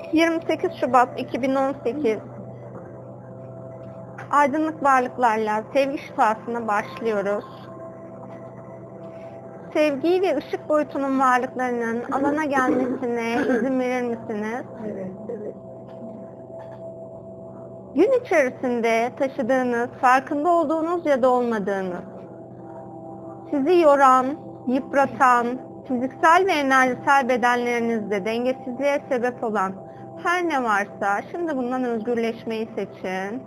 28 Şubat 2018 Aydınlık varlıklarla sevgi şifasına başlıyoruz. Sevgi ve ışık boyutunun varlıklarının alana gelmesine izin verir misiniz? Evet. Gün içerisinde taşıdığınız, farkında olduğunuz ya da olmadığınız, sizi yoran, yıpratan, fiziksel ve enerjisel bedenlerinizde dengesizliğe sebep olan her ne varsa şimdi bundan özgürleşmeyi seçin.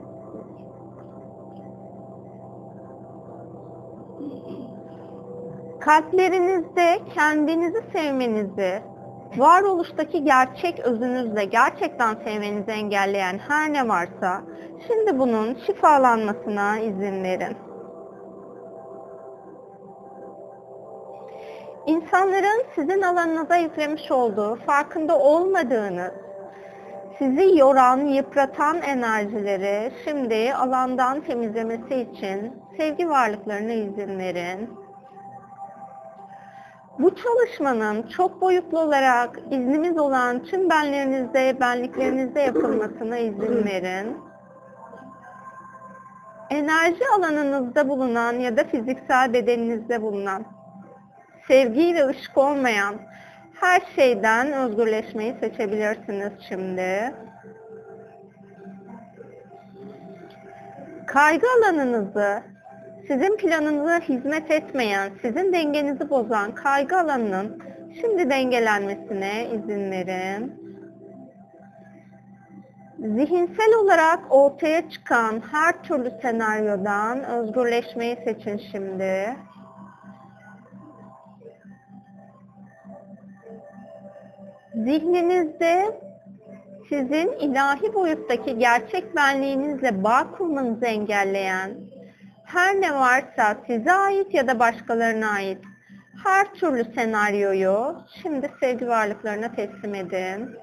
Kalplerinizde kendinizi sevmenizi, varoluştaki gerçek özünüzle gerçekten sevmenizi engelleyen her ne varsa şimdi bunun şifalanmasına izin verin. İnsanların sizin alanınıza yüklemiş olduğu, farkında olmadığınız, sizi yoran, yıpratan enerjileri şimdi alandan temizlemesi için sevgi varlıklarına izin verin. Bu çalışmanın çok boyutlu olarak iznimiz olan tüm benlerinizde, benliklerinizde yapılmasına izin verin. Enerji alanınızda bulunan ya da fiziksel bedeninizde bulunan, sevgi ve ışık olmayan her şeyden özgürleşmeyi seçebilirsiniz şimdi. Kaygı alanınızı, sizin planınıza hizmet etmeyen, sizin dengenizi bozan kaygı alanının şimdi dengelenmesine izin verin. Zihinsel olarak ortaya çıkan her türlü senaryodan özgürleşmeyi seçin şimdi. Zihninizde sizin ilahi boyuttaki gerçek benliğinizle bağ kurmanızı engelleyen, her ne varsa size ait ya da başkalarına ait her türlü senaryoyu şimdi sevgi varlıklarına teslim edin.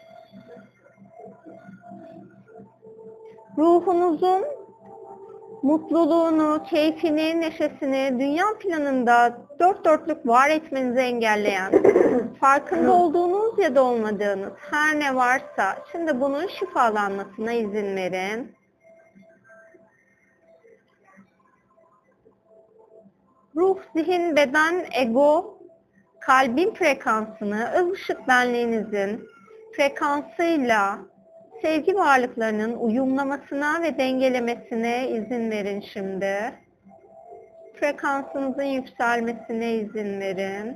Ruhunuzun mutluluğunu, keyfini, neşesini dünya planında dört dörtlük var etmenizi engelleyen, farkında olduğunuz ya da olmadığınız her ne varsa şimdi bunun şifalanmasına izin verin. Ruh, zihin, beden, ego, kalbin frekansını öz ışık benliğinizin frekansıyla sevgi varlıklarının uyumlamasına ve dengelemesine izin verin şimdi. Frekansınızın yükselmesine izin verin.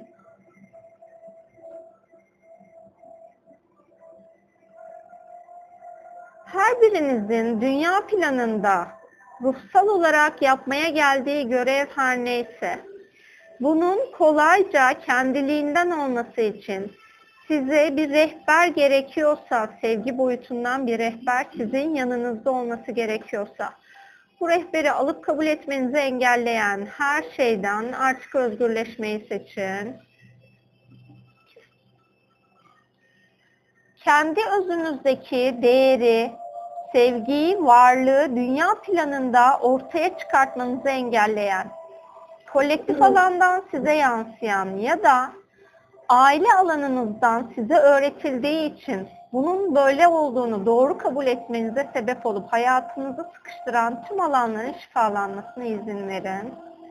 Her birinizin dünya planında ruhsal olarak yapmaya geldiği görev her neyse, bunun kolayca kendiliğinden olması için size bir rehber gerekiyorsa, sevgi boyutundan bir rehber sizin yanınızda olması gerekiyorsa, bu rehberi alıp kabul etmenizi engelleyen her şeyden artık özgürleşmeyi seçin. Kendi özünüzdeki değeri, sevgiyi, varlığı dünya planında ortaya çıkartmanızı engelleyen, kolektif alandan size yansıyan ya da aile alanınızdan size öğretildiği için bunun böyle olduğunu doğru kabul etmenize sebep olup hayatınızı sıkıştıran tüm alanların şifalanmasına izin verin.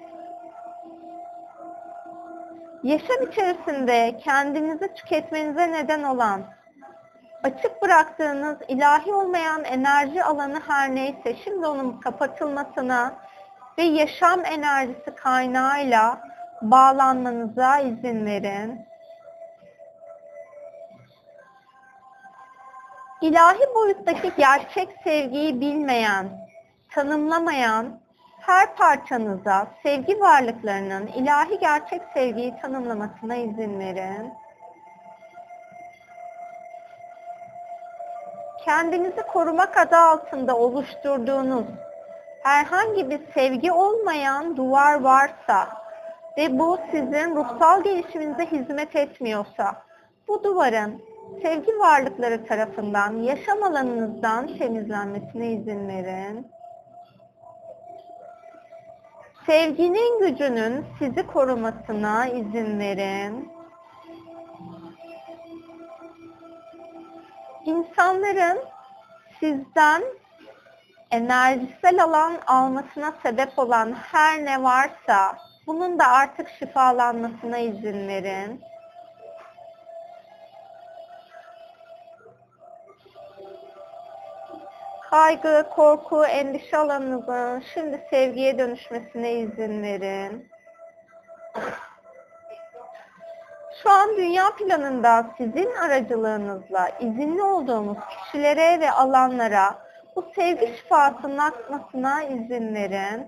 Yaşam içerisinde kendinizi tüketmenize neden olan, açık bıraktığınız ilahi olmayan enerji alanı her neyse şimdi onun kapatılmasına ve yaşam enerjisi kaynağıyla bağlanmanıza izin verin. İlahi boyuttaki gerçek sevgiyi bilmeyen, tanımlamayan her parçanıza sevgi varlıklarının ilahi gerçek sevgiyi tanımlamasına izin verin. Kendinizi korumak adı altında oluşturduğunuz herhangi bir sevgi olmayan duvar varsa ve bu sizin ruhsal gelişiminize hizmet etmiyorsa, bu duvarın sevgi varlıkları tarafından yaşam alanınızdan temizlenmesine izin verin. Sevginin gücünün sizi korumasına izin verin. İnsanların sizden enerjisel alan almasına sebep olan her ne varsa bunun da artık şifalanmasına izin verin. Kaygı, korku, endişe alanınızın şimdi sevgiye dönüşmesine izin verin. Şu an dünya planında sizin aracılığınızla izinli olduğunuz kişilere ve alanlara bu sevgi şifasının akmasına izin verin.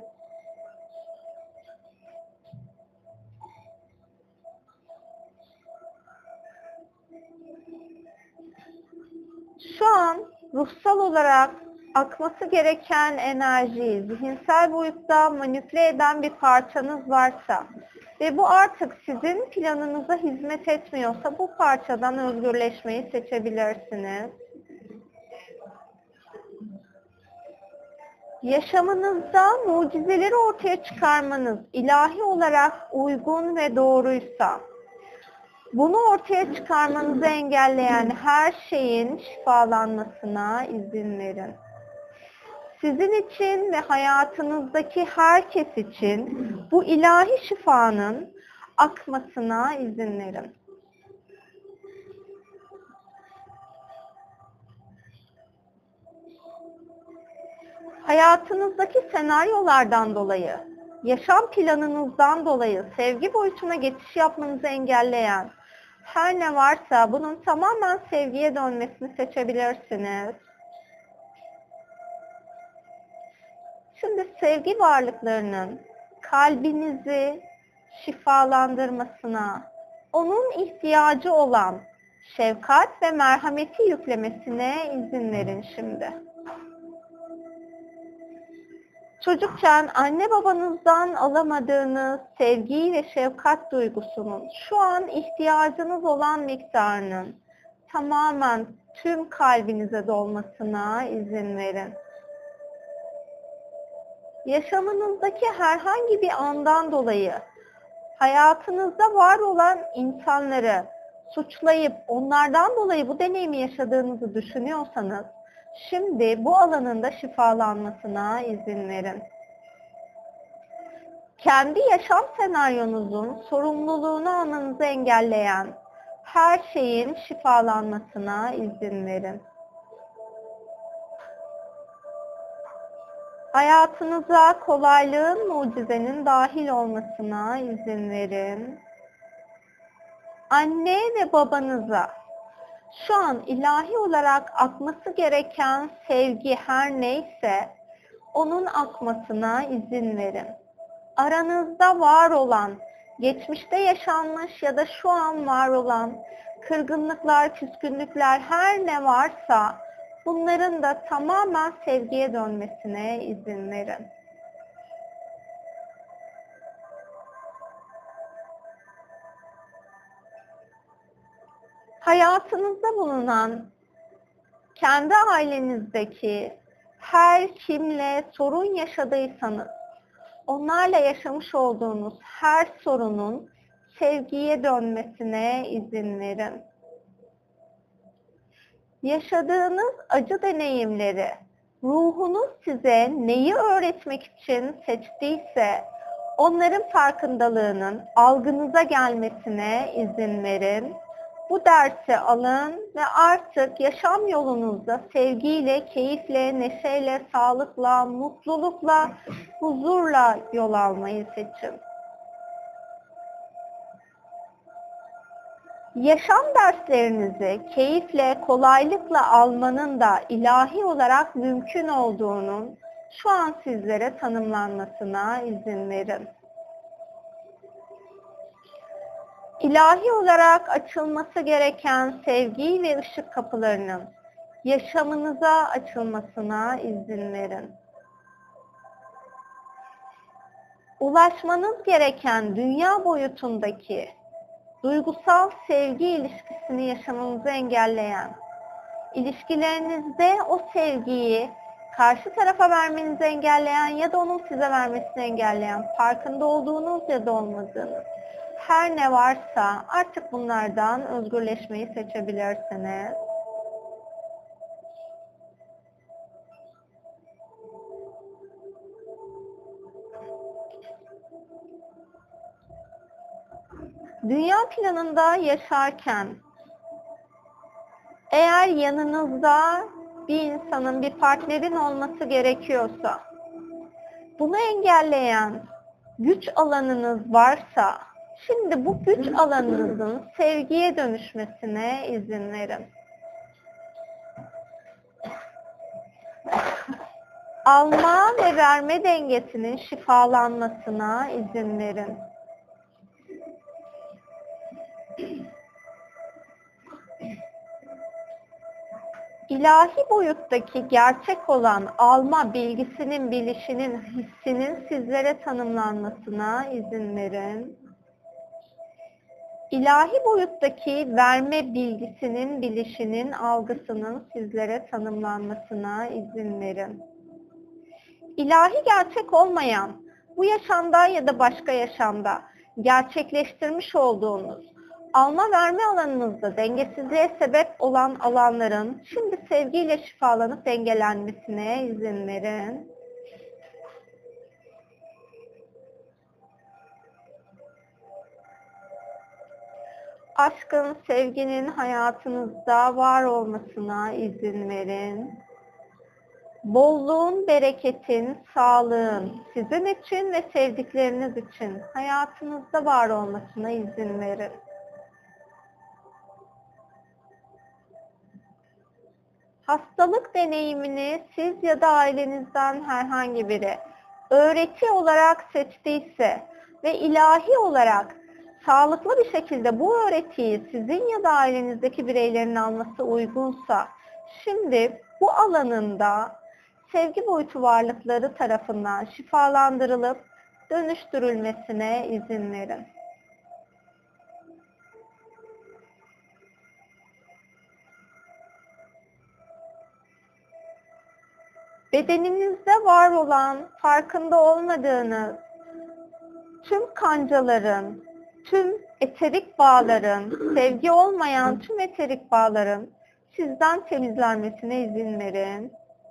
Şu an ruhsal olarak akması gereken enerjiyi zihinsel boyutta manipüle eden bir parçanız varsa ve bu artık sizin planınıza hizmet etmiyorsa bu parçadan özgürleşmeyi seçebilirsiniz. Yaşamınızda mucizeleri ortaya çıkarmanız ilahi olarak uygun ve doğruysa, bunu ortaya çıkarmanızı engelleyen her şeyin şifalanmasına izin verin. Sizin için ve hayatınızdaki herkes için bu ilahi şifanın akmasına izin verin. Hayatınızdaki senaryolardan dolayı, yaşam planınızdan dolayı sevgi boyutuna geçiş yapmanızı engelleyen her ne varsa bunun tamamen sevgiye dönmesini seçebilirsiniz. Şimdi sevgi varlıklarının kalbinizi şifalandırmasına, onun ihtiyacı olan şefkat ve merhameti yüklemesine izin verin şimdi. Çocukken anne babanızdan alamadığınız sevgi ve şefkat duygusunun şu an ihtiyacınız olan miktarının tamamen tüm kalbinize dolmasına izin verin. Yaşamınızdaki herhangi bir andan dolayı hayatınızda var olan insanları suçlayıp onlardan dolayı bu deneyimi yaşadığınızı düşünüyorsanız şimdi bu alanın da şifalanmasına izin verin. Kendi yaşam senaryonuzun sorumluluğunu almanızı engelleyen her şeyin şifalanmasına izin verin. Hayatınıza kolaylığın, mucizenin dahil olmasına izin verin. Anne ve babanıza şu an ilahi olarak akması gereken sevgi her neyse onun akmasına izin verin. Aranızda var olan, geçmişte yaşanmış ya da şu an var olan kırgınlıklar, küskünlükler her ne varsa bunların da tamamen sevgiye dönmesine izin verin. Hayatınızda bulunan, kendi ailenizdeki her kimle sorun yaşadıysanız, onlarla yaşamış olduğunuz her sorunun sevgiye dönmesine izin verin. Yaşadığınız acı deneyimleri, ruhunuz size neyi öğretmek için seçtiyse, onların farkındalığının algınıza gelmesine izin verin. Bu dersi alın ve artık yaşam yolunuzda sevgiyle, keyifle, neşeyle, sağlıkla, mutlulukla, huzurla yol almayı seçin. Yaşam derslerinizi keyifle, kolaylıkla almanın da ilahi olarak mümkün olduğunun şu an sizlere tanımlanmasına izin verin. İlahi olarak açılması gereken sevgi ve ışık kapılarının yaşamınıza açılmasına izin verin. Ulaşmanız gereken dünya boyutundaki duygusal sevgi ilişkisini yaşamanızı engelleyen, ilişkilerinizde o sevgiyi karşı tarafa vermenizi engelleyen ya da onun size vermesini engelleyen, farkında olduğunuz ya da olmadığınız her ne varsa artık bunlardan özgürleşmeyi seçebilirsiniz. Dünya planında yaşarken eğer yanınızda bir insanın, bir partnerin olması gerekiyorsa, bunu engelleyen güç alanınız varsa, şimdi bu güç alanınızın sevgiye dönüşmesine izin verin. Alma ve verme dengesinin şifalanmasına izin verin. İlahi boyuttaki gerçek olan alma bilgisinin, bilişinin, hissinin sizlere tanımlanmasına izin verin. İlahi boyuttaki verme bilgisinin, bilişinin, algısının sizlere tanımlanmasına izin verin. İlahi gerçek olmayan, bu yaşamda ya da başka yaşamda gerçekleştirmiş olduğunuz alma verme alanınızda dengesizliğe sebep olan alanların şimdi sevgiyle şifalanıp dengelenmesine izin verin. Aşkın, sevginin hayatınızda var olmasına izin verin. Bolluğun, bereketin, sağlığın sizin için ve sevdikleriniz için hayatınızda var olmasına izin verin. Hastalık deneyimini siz ya da ailenizden herhangi biri öğreti olarak seçtiyse ve ilahi olarak sağlıklı bir şekilde bu öğretiyi sizin ya da ailenizdeki bireylerin alması uygunsa, şimdi bu alanında sevgi boyutu varlıkları tarafından şifalandırılıp dönüştürülmesine izin verin. Bedeninizde var olan, farkında olmadığınız tüm kancaların, tüm eterik bağların, sevgi olmayan tüm eterik bağların sizden temizlenmesine izin verin.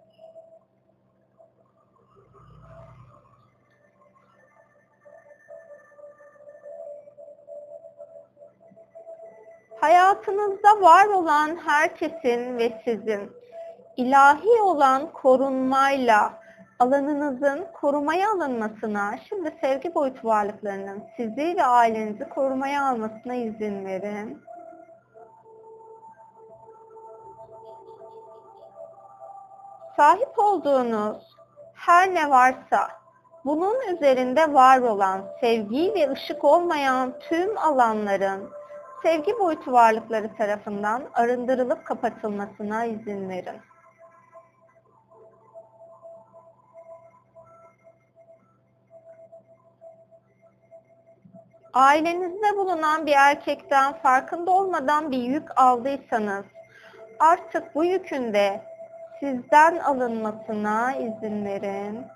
Hayatınızda var olan herkesin ve sizin ilahi olan korunmayla alanınızın korumaya alınmasına, şimdi sevgi boyutu varlıklarının sizi ve ailenizi korumaya almasına izin verin. Sahip olduğunuz her ne varsa, bunun üzerinde var olan sevgi ve ışık olmayan tüm alanların sevgi boyutu varlıkları tarafından arındırılıp kapatılmasına izin verin. Ailenizde bulunan bir erkekten farkında olmadan bir yük aldıysanız, artık bu yükün de sizden alınmasına izin verin.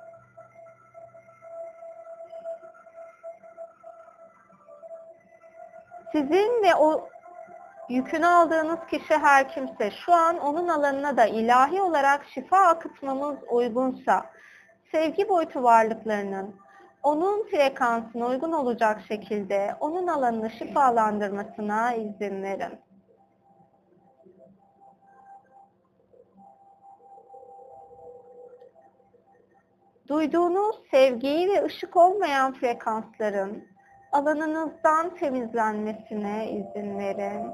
Sizin ve o yükünü aldığınız kişi her kimse, şu an onun alanına da ilahi olarak şifa akıtmamız uygunsa, sevgi boyutu varlıklarının onun frekansına uygun olacak şekilde onun alanını şifalandırmasına izin verin. Duyduğunuz sevgiyi ve ışık olmayan frekansların alanınızdan temizlenmesine izin verin.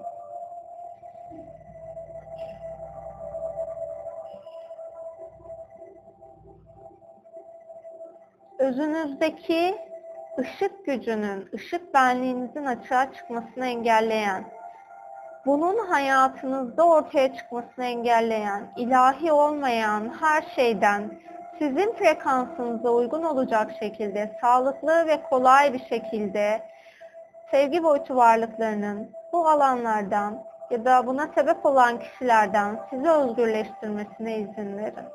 Özünüzdeki ışık gücünün, ışık benliğinizin açığa çıkmasını engelleyen, bunun hayatınızda ortaya çıkmasını engelleyen, ilahi olmayan her şeyden sizin frekansınıza uygun olacak şekilde, sağlıklı ve kolay bir şekilde sevgi boyutu varlıklarının bu alanlardan ya da buna sebep olan kişilerden sizi özgürleştirmesine izin verin.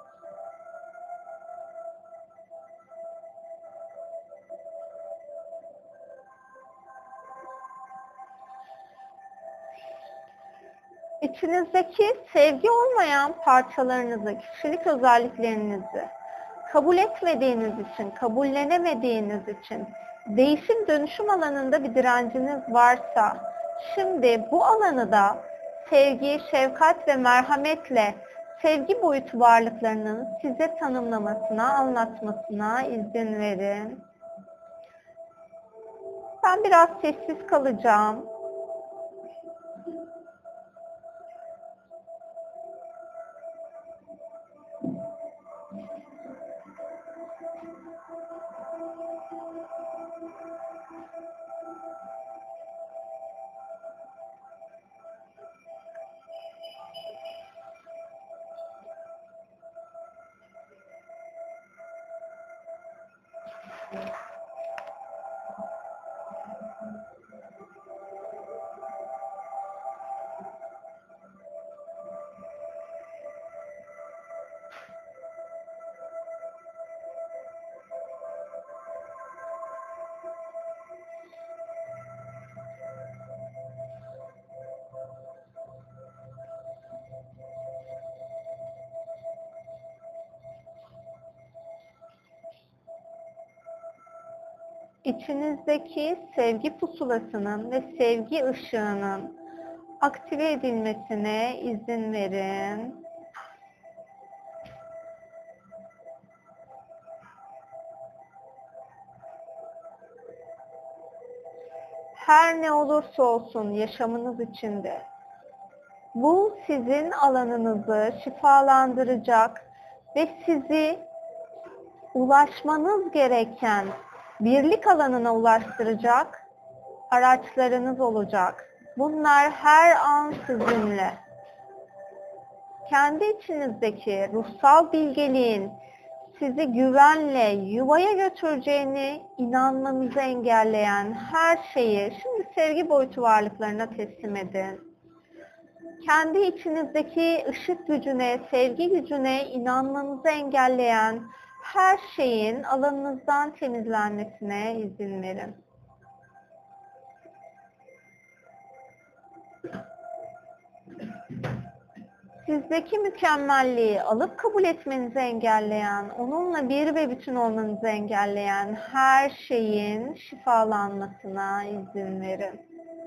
İçinizdeki sevgi olmayan parçalarınızı, kişilik özelliklerinizi kabul etmediğiniz için, kabullenemediğiniz için değişim dönüşüm alanında bir direnciniz varsa, şimdi bu alanı da sevgi, şefkat ve merhametle sevgi boyutu varlıklarının size tanımlamasına, anlatmasına izin verin. Ben biraz sessiz kalacağım. İçinizdeki sevgi pusulasının ve sevgi ışığının aktive edilmesine izin verin. Her ne olursa olsun yaşamınız içinde, bu sizin alanınızı şifalandıracak ve sizi ulaşmanız gereken birlik alanına ulaştıracak araçlarınız olacak. Bunlar her an sizinle. Kendi içinizdeki ruhsal bilgeliğin sizi güvenle yuvaya götüreceğini inanmanızı engelleyen her şeyi şimdi sevgi boyutu varlıklarına teslim edin. Kendi içinizdeki ışık gücüne, sevgi gücüne inanmanızı engelleyen her şeyin alanınızdan temizlenmesine izin verin. Sizdeki mükemmelliği alıp kabul etmenizi engelleyen, onunla bir ve bütün olmanızı engelleyen her şeyin şifalanmasına izin verin.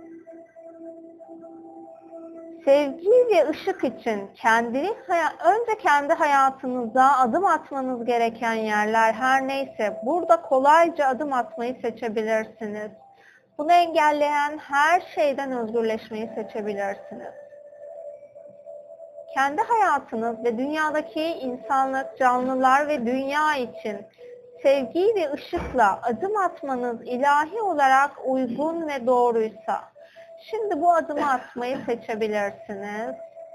Sevgi ve ışık için önce kendi hayatınıza adım atmanız gereken yerler her neyse burada kolayca adım atmayı seçebilirsiniz. Bunu engelleyen her şeyden özgürleşmeyi seçebilirsiniz. Kendi hayatınız ve dünyadaki insanlık, canlılar ve dünya için sevgi ve ışıkla adım atmanız ilahi olarak uygun ve doğruysa, şimdi bu adımı atmayı seçebilirsiniz.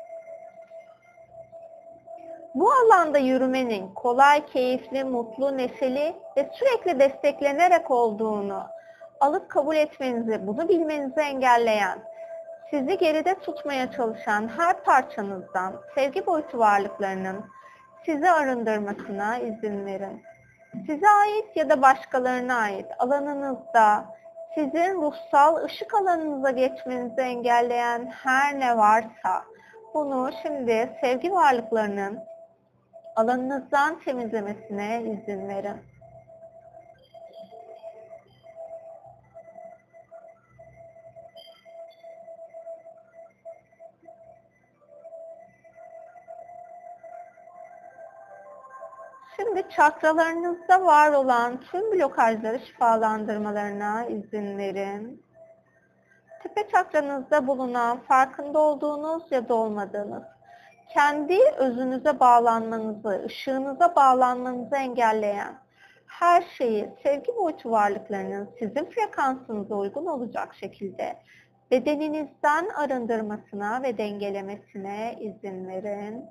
Bu alanda yürümenin kolay, keyifli, mutlu, neşeli ve sürekli desteklenerek olduğunu alıp kabul etmenizi, bunu bilmenizi engelleyen, sizi geride tutmaya çalışan her parçanızdan sevgi boyutu varlıklarının sizi arındırmasına izin verin. Size ait ya da başkalarına ait alanınızda sizin ruhsal ışık alanınıza geçmenizi engelleyen her ne varsa bunu şimdi sevgi varlıklarının alanınızdan temizlemesine izin verin. Şimdi çakralarınızda var olan tüm blokajları şifalandırmalarına izin verin. Tepe çakranızda bulunan farkında olduğunuz ya da olmadığınız, kendi özünüze bağlanmanızı, ışığınıza bağlanmanızı engelleyen her şeyi sevgi boyutu varlıklarının sizin frekansınıza uygun olacak şekilde bedeninizden arındırmasına ve dengelemesine izin verin.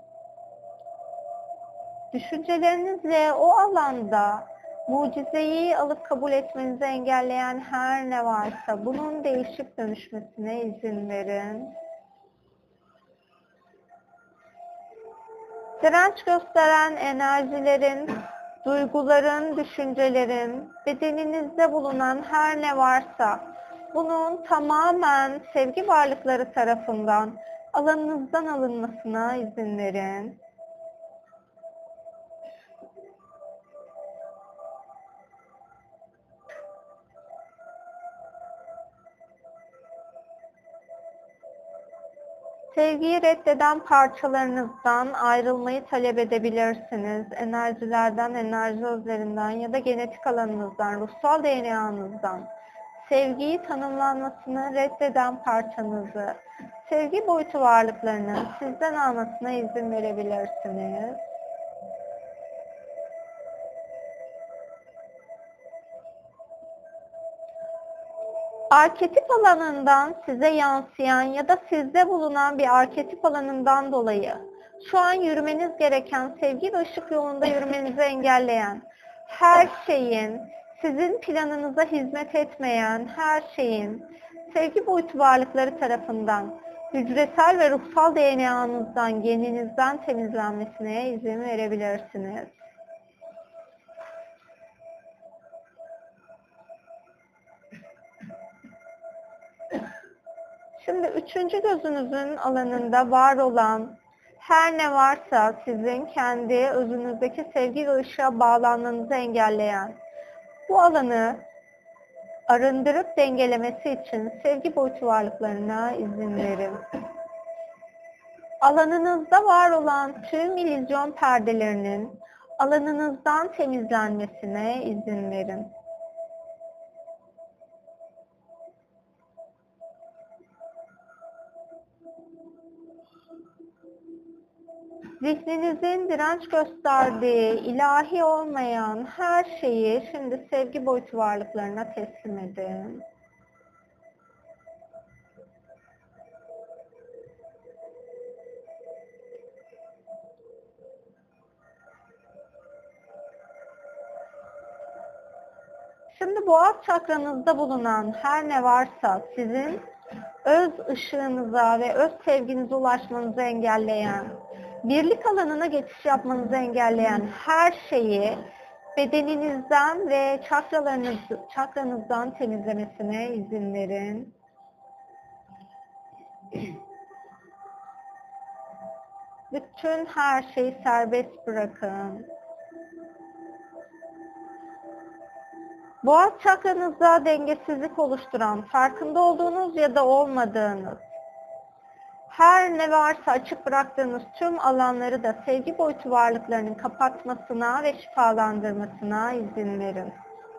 Düşüncelerinizle o alanda mucizeyi alıp kabul etmenizi engelleyen her ne varsa bunun değişip dönüşmesine izin verin. Direnç gösteren enerjilerin, duyguların, düşüncelerin, bedeninizde bulunan her ne varsa bunun tamamen sevgi varlıkları tarafından alanınızdan alınmasına izin verin. Sevgiyi reddeden parçalarınızdan ayrılmayı talep edebilirsiniz. Enerjilerden, enerji özlerinden ya da genetik alanınızdan, ruhsal DNA'nızdan. Sevgiyi tanımlanmasını reddeden parçanızı, sevgi boyutu varlıklarının sizden almasına izin verebilirsiniz. Arketip alanından size yansıyan ya da sizde bulunan bir arketip alanından dolayı şu an yürümeniz gereken sevgi ve ışık yolunda yürümenizi engelleyen her şeyin, sizin planınıza hizmet etmeyen her şeyin sevgi boyutu varlıkları tarafından hücresel ve ruhsal DNA'nızdan, geninizden temizlenmesine izin verebilirsiniz. Şimdi üçüncü gözünüzün alanında var olan her ne varsa sizin kendi özünüzdeki sevgi ve ışığa bağlanmanızı engelleyen bu alanı arındırıp dengelemesi için sevgi boyutu varlıklarına izin verin. Alanınızda var olan tüm illüzyon perdelerinin alanınızdan temizlenmesine izin verin. Zihninizin direnç gösterdiği, ilahi olmayan her şeyi şimdi sevgi boyutu varlıklarına teslim edin. Şimdi boğaz çakranızda bulunan her ne varsa sizin öz ışığınıza ve öz sevginize ulaşmanızı engelleyen, birlik alanına geçiş yapmanızı engelleyen her şeyi bedeninizden ve çakranızdan temizlemesine izin verin. Bütün her şeyi serbest bırakın. Boğaz çakranızda dengesizlik oluşturan, farkında olduğunuz ya da olmadığınız, her ne varsa açık bıraktığınız tüm alanları da sevgi boyutu varlıklarının kapatmasına ve şifalandırmasına izin verin.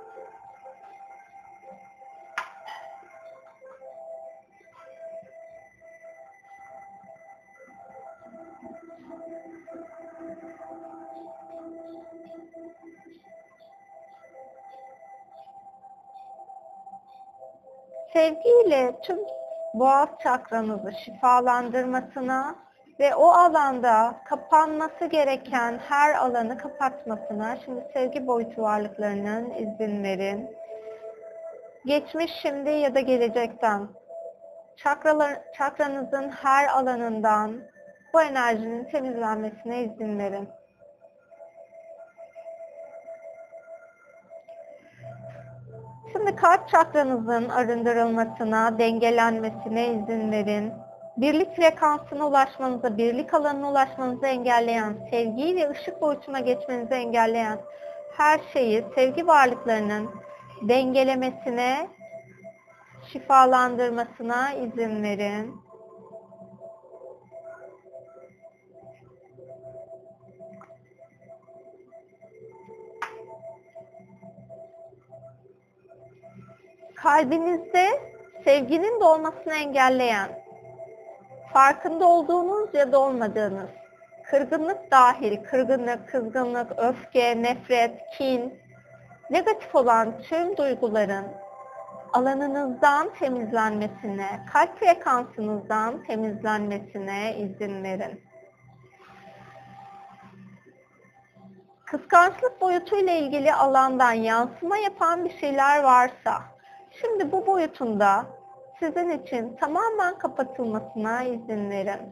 Sevgiyle tüm boğaz çakranızı şifalandırmasına ve o alanda kapanması gereken her alanı kapatmasına şimdi sevgi boyutu varlıklarının izin verin. Geçmiş, şimdi ya da gelecekten, çakranızın her alanından bu enerjinin temizlenmesine izin verin. Şimdi kalp çakranızın arındırılmasına, dengelenmesine izin verin. Birlik frekansına ulaşmanızı, birlik alanına ulaşmanızı engelleyen, sevgiyi ve ışık boyutuna geçmenizi engelleyen her şeyi sevgi varlıklarının dengelemesine, şifalandırmasına izin verin. Kalbinizde sevginin doğmasını engelleyen, farkında olduğunuz ya da olmadığınız, kırgınlık dahil, kırgınlık, kızgınlık, öfke, nefret, kin, negatif olan tüm duyguların alanınızdan temizlenmesine, kalp frekansınızdan temizlenmesine izin verin. Kıskançlık boyutuyla ilgili alandan yansıma yapan bir şeyler varsa, şimdi bu boyutunda sizin için tamamen kapatılmasına izin verin.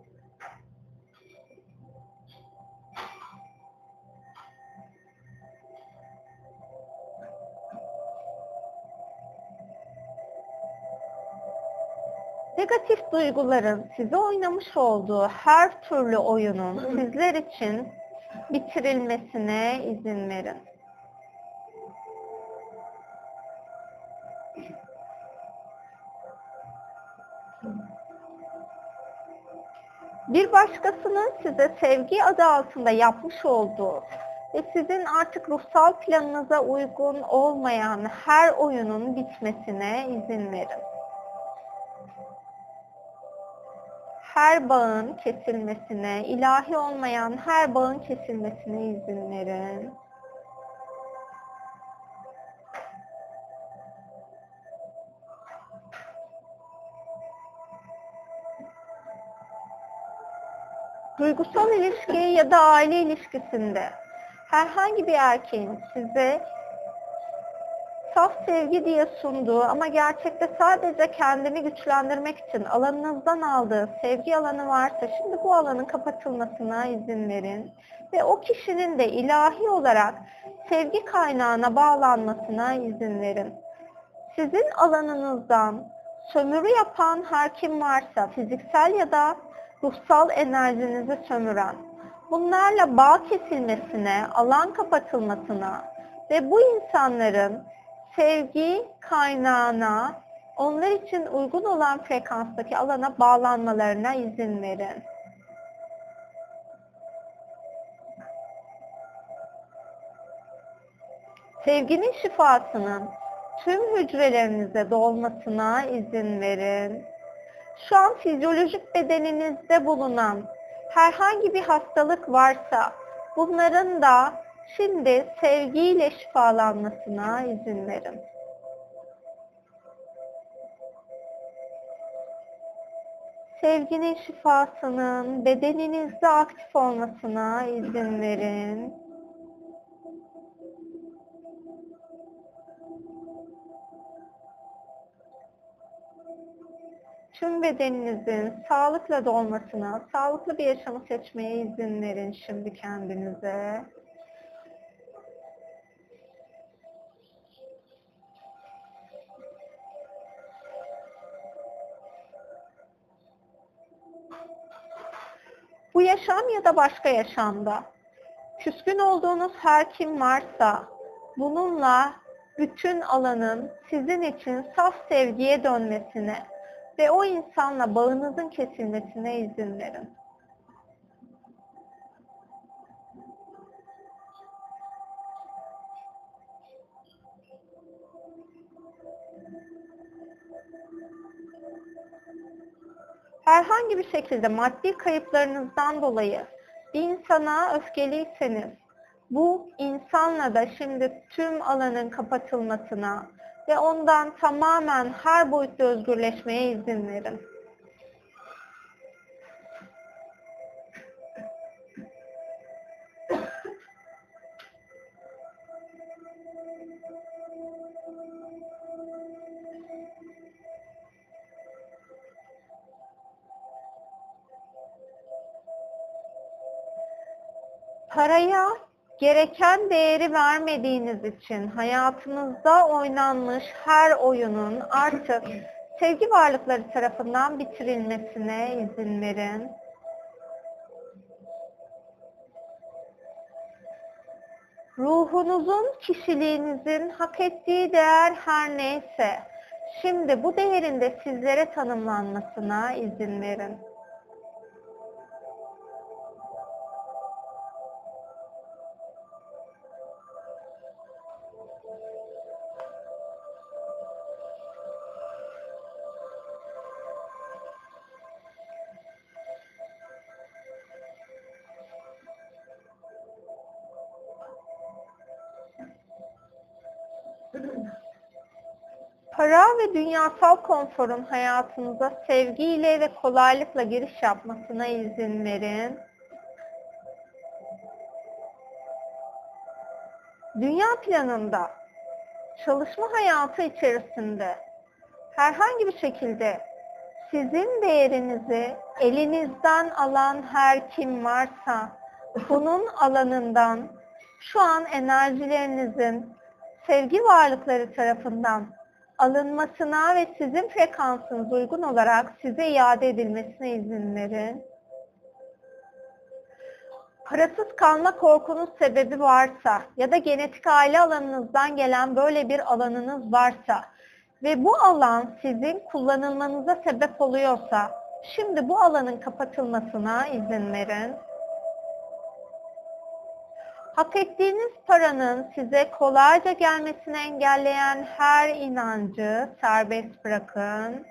Negatif duyguların size oynamış olduğu her türlü oyunun sizler için bitirilmesine izin verin. Bir başkasının size sevgi adı altında yapmış olduğu ve sizin artık ruhsal planınıza uygun olmayan her oyunun bitmesine izin verin. Her bağın kesilmesine, ilahi olmayan her bağın kesilmesine izin verin. Duygusal ilişki ya da aile ilişkisinde herhangi bir erkeğin size saf sevgi diye sunduğu ama gerçekte sadece kendini güçlendirmek için alanınızdan aldığı sevgi alanı varsa şimdi bu alanın kapatılmasına izin verin. Ve o kişinin de ilahi olarak sevgi kaynağına bağlanmasına izin verin. Sizin alanınızdan sömürü yapan her kim varsa fiziksel ya da ruhsal enerjinizi sömüren, bunlarla bağ kesilmesine, alan kapatılmasına ve bu insanların sevgi kaynağına, onlar için uygun olan frekanstaki alana bağlanmalarına izin verin. Sevginin şifasının tüm hücrelerinize dolmasına izin verin. Şu an fizyolojik bedeninizde bulunan herhangi bir hastalık varsa bunların da şimdi sevgiyle şifalanmasına izin verin. Sevginin şifasının bedeninizde aktif olmasına izin verin. Tüm bedeninizin sağlıkla dolmasına, sağlıklı bir yaşamı seçmeye izin verin şimdi kendinize. Bu yaşam ya da başka yaşamda küskün olduğunuz her kim varsa bununla bütün alanın sizin için saf sevgiye dönmesine ve o insanla bağınızın kesilmesine izin verin. Herhangi bir şekilde maddi kayıplarınızdan dolayı bir insana öfkeliyseniz, bu insanla da şimdi tüm alanın kapatılmasına ve ondan tamamen her boyutta özgürleşmeye izin verin. Paraya gereken değeri vermediğiniz için hayatınızda oynanmış her oyunun artık sevgi varlıkları tarafından bitirilmesine izin verin. Ruhunuzun, kişiliğinizin hak ettiği değer her neyse, şimdi bu değerin de sizlere tanımlanmasına izin verin. Para ve dünyasal konforun hayatınıza sevgiyle ve kolaylıkla giriş yapmasına izin verin. Dünya planında, çalışma hayatı içerisinde herhangi bir şekilde sizin değerinizi elinizden alan her kim varsa bunun alanından şu an enerjilerinizin sevgi varlıkları tarafından alınmasına ve sizin frekansınız uygun olarak size iade edilmesine izin verin. Parasız kalma korkunuz sebebi varsa ya da genetik aile alanınızdan gelen böyle bir alanınız varsa ve bu alan sizin kullanılmanıza sebep oluyorsa Şimdi bu alanın kapatılmasına izin verin. Hak ettiğiniz paranın size kolayca gelmesini engelleyen her inancı serbest bırakın.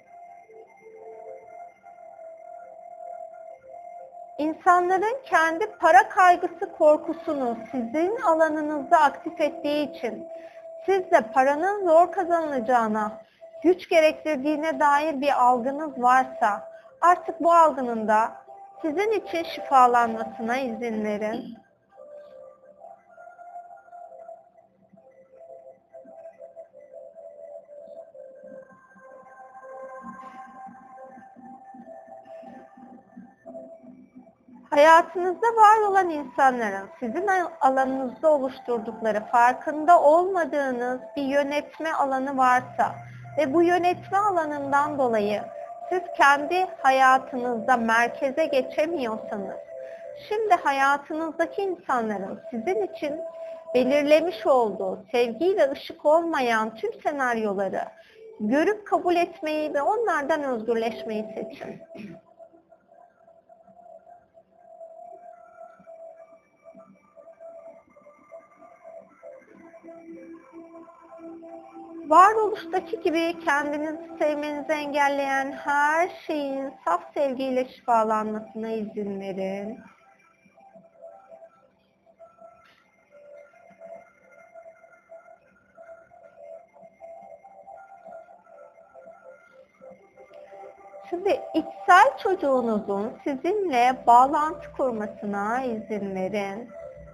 İnsanların kendi para kaygısı korkusunu sizin alanınızda aktif ettiği için siz de paranın zor kazanılacağına, güç gerektirdiğine dair bir algınız varsa artık bu algının da sizin için şifalanmasına izin verin. Hayatınızda var olan insanların sizin alanınızda oluşturdukları farkında olmadığınız bir yönetme alanı varsa ve bu yönetme alanından dolayı siz kendi hayatınızda merkeze geçemiyorsanız, şimdi hayatınızdaki insanların sizin için belirlemiş olduğu sevgiyle ışık olmayan tüm senaryoları görüp kabul etmeyi ve onlardan özgürleşmeyi seçin. Varoluştaki gibi kendinizi sevmenizi engelleyen her şeyin saf sevgiyle şifalanmasına izin verin. Şimdi içsel çocuğunuzun sizinle bağlantı kurmasına izin verin.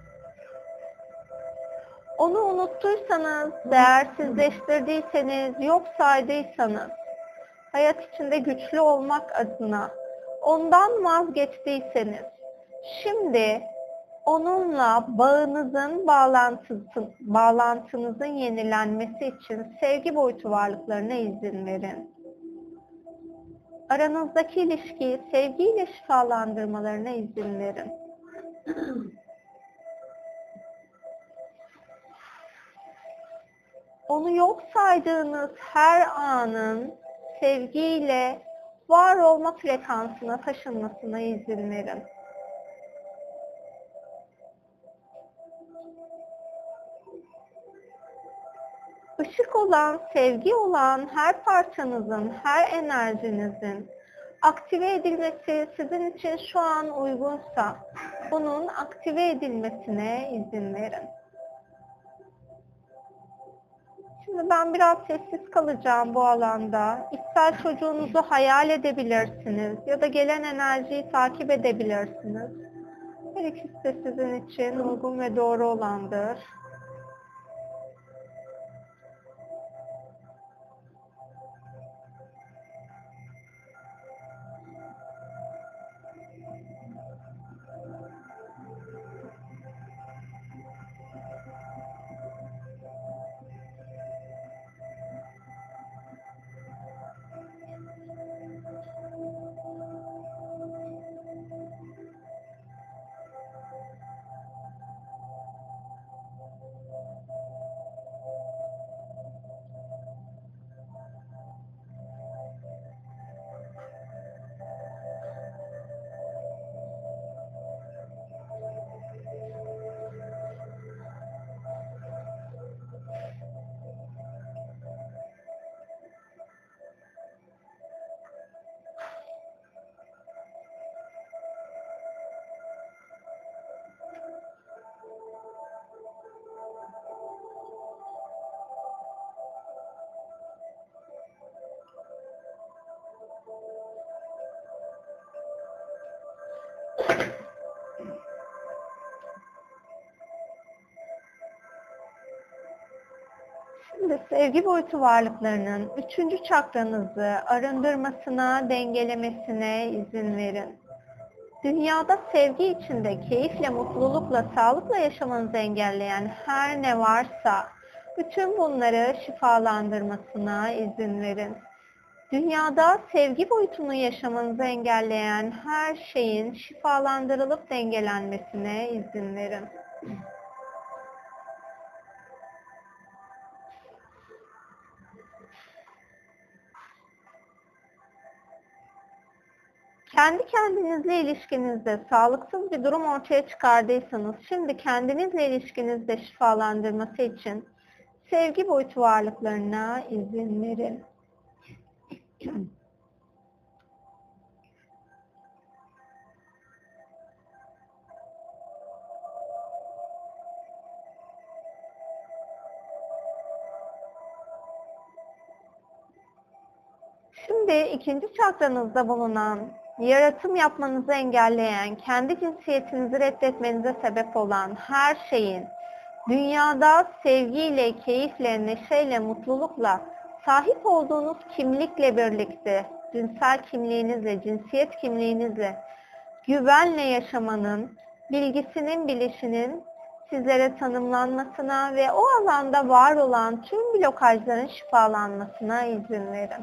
Onu unuttuysanız, değersizleştirdiyseniz, yok saydıysanız, hayat içinde güçlü olmak adına ondan vazgeçtiyseniz, şimdi onunla bağlantınızın yenilenmesi için sevgi boyutu varlıklarına izin verin. Aranızdaki ilişkiyi sevgiyle şifalandırmalarına izin verin. Onu yok saydığınız her anın sevgiyle var olma frekansına taşınmasına izin verin. Işık olan, sevgi olan her parçanızın, her enerjinizin aktive edilmesi sizin için şu an uygunsa, bunun aktive edilmesine izin verin. Şimdi ben biraz sessiz kalacağım bu alanda. İçsel çocuğunuzu hayal edebilirsiniz ya da gelen enerjiyi takip edebilirsiniz. Her ikisi de sizin için uygun ve doğru olandır. Şimdi sevgi boyutu varlıklarının 3. çakranızı arındırmasına, dengelemesine izin verin. Dünyada sevgi içinde keyifle, mutlulukla, sağlıkla yaşamanızı engelleyen her ne varsa bütün bunları şifalandırmasına izin verin. Dünyada sevgi boyutunu yaşamanızı engelleyen her şeyin şifalandırılıp dengelenmesine izin verin. Kendi kendinizle ilişkinizde sağlıksız bir durum ortaya çıkardıysanız, şimdi kendinizle ilişkinizde şifalandırması için sevgi boyutu varlıklarına izin verin. Şimdi ikinci çakranızda bulunan, yaratım yapmanızı engelleyen, kendi cinsiyetinizi reddetmenize sebep olan her şeyin dünyada sevgiyle, keyifle, neşeyle, mutlulukla, sahip olduğunuz kimlikle birlikte, cinsel kimliğinizle, cinsiyet kimliğinizle, güvenle yaşamanın, bilgisinin, bilişinin sizlere tanımlanmasına ve o alanda var olan tüm blokajların şifalanmasına izin verin.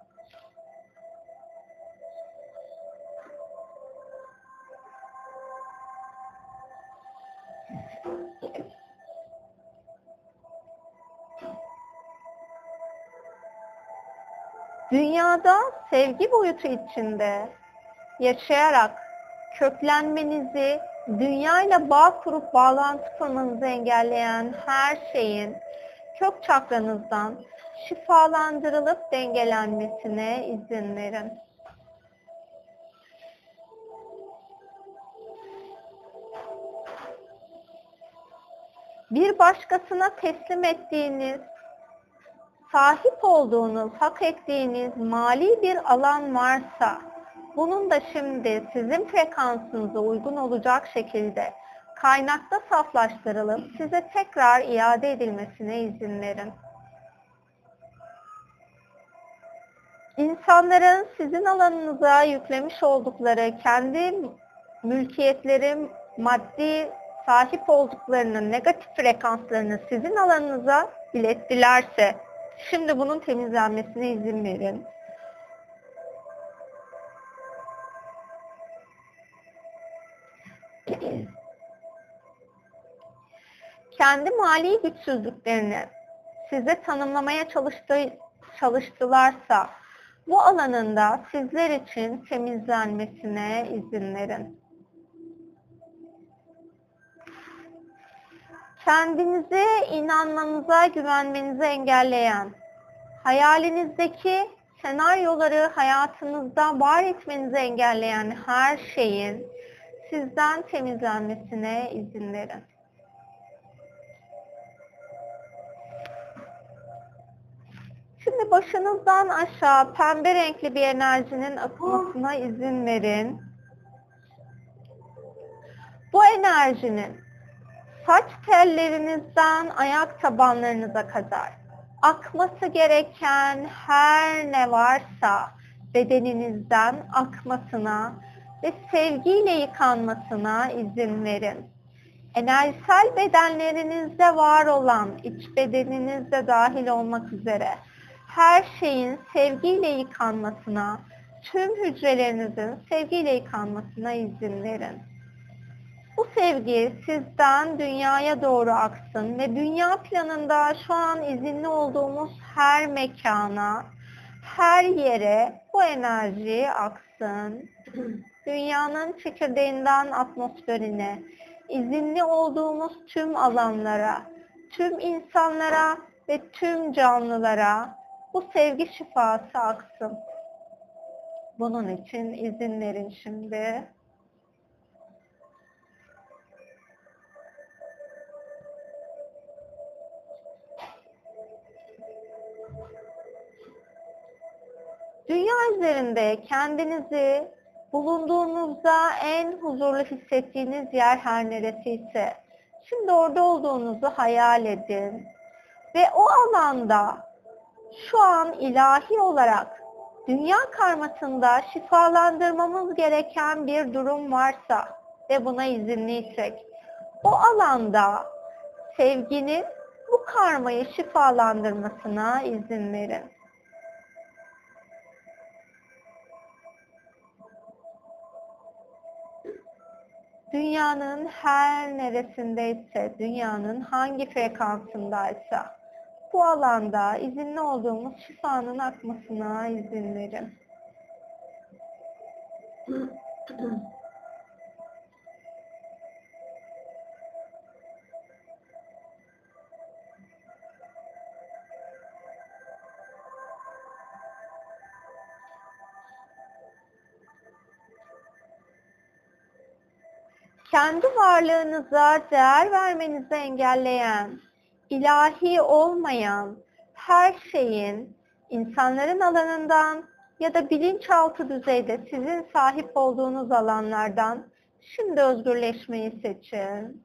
Dünyada sevgi boyutu içinde yaşayarak köklenmenizi, dünyayla bağ kurup bağlantı kurmanızı engelleyen her şeyin kök çakranızdan şifalandırılıp dengelenmesine izin verin. Bir başkasına teslim ettiğiniz, sahip olduğunuz, hak ettiğiniz mali bir alan varsa, bunun da şimdi sizin frekansınıza uygun olacak şekilde kaynakta saflaştırılıp size tekrar iade edilmesine izin verin. İnsanların sizin alanınıza yüklemiş oldukları kendi mülkiyetleri, maddi sahip olduklarının negatif frekanslarını sizin alanınıza ilettilerse, şimdi bunun temizlenmesine izin verin. Kendi mali güçsüzlüklerini size tanımlamaya çalıştılarsa, bu alanında sizler için temizlenmesine izin verin. Kendinize inanmanıza, güvenmenizi engelleyen, hayalinizdeki senaryoları hayatınızda var etmenizi engelleyen her şeyin sizden temizlenmesine izin verin. Şimdi başınızdan aşağı pembe renkli bir enerjinin akmasına izin verin. Bu enerjinin saç tellerinizden ayak tabanlarınıza kadar akması gereken her ne varsa bedeninizden akmasına ve sevgiyle yıkanmasına izin verin. Enerjisel bedenlerinizde var olan, iç bedeninizde dahil olmak üzere her şeyin sevgiyle yıkanmasına, tüm hücrelerinizin sevgiyle yıkanmasına izin verin. Bu sevgi sizden dünyaya doğru aksın ve dünya planında şu an izinli olduğumuz her mekana, her yere bu enerji aksın. Dünyanın çekirdeğinden atmosferine, izinli olduğumuz tüm alanlara, tüm insanlara ve tüm canlılara bu sevgi şifası aksın. Bunun için izin verin şimdi. Dünya üzerinde kendinizi bulunduğunuzda en huzurlu hissettiğiniz yer her neresiyse, şimdi orada olduğunuzu hayal edin. Ve o alanda şu an ilahi olarak dünya karmasında şifalandırmamız gereken bir durum varsa ve buna izinliysek, o alanda sevginin bu karmayı şifalandırmasına izin verin. Dünyanın her neresindeyse, dünyanın hangi frekansındaysa bu alanda izinli olduğumuz şifanın akmasına izin verin. Kendi varlığınıza değer vermenizi engelleyen, ilahi olmayan her şeyin insanların alanından ya da bilinçaltı düzeyde sizin sahip olduğunuz alanlardan şimdi özgürleşmeyi seçin.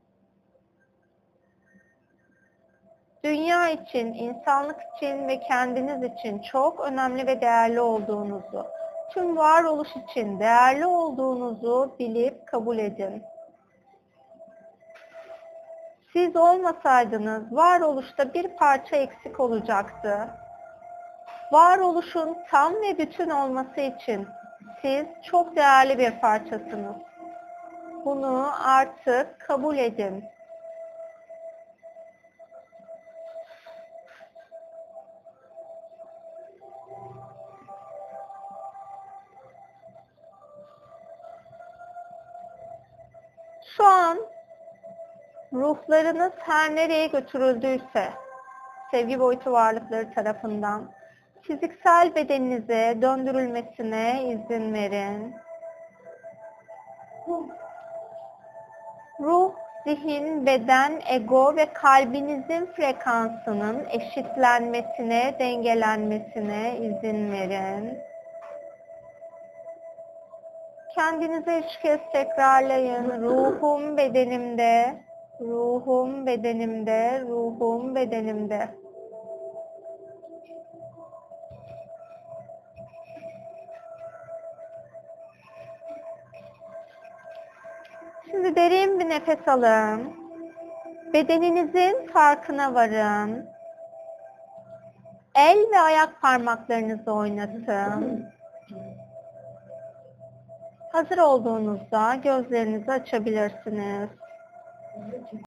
Dünya için, insanlık için ve kendiniz için çok önemli ve değerli olduğunuzu, tüm varoluş için değerli olduğunuzu bilip kabul edin. Siz olmasaydınız varoluşta bir parça eksik olacaktı. Varoluşun tam ve bütün olması için siz çok değerli bir parçasınız. Bunu artık kabul edin. Şu an ruhlarınız her nereye götürüldüyse, sevgi boyutu varlıkları tarafından fiziksel bedeninize döndürülmesine izin verin. Ruh, zihin, beden, ego ve kalbinizin frekansının eşitlenmesine, dengelenmesine izin verin. Kendinize 3 kez tekrarlayın. Ruhum bedenimde, ruhum bedenimde, ruhum bedenimde. Şimdi derin bir nefes alın. Bedeninizin farkına varın. El ve ayak parmaklarınızı oynatın. Hazır olduğunuzda gözlerinizi açabilirsiniz.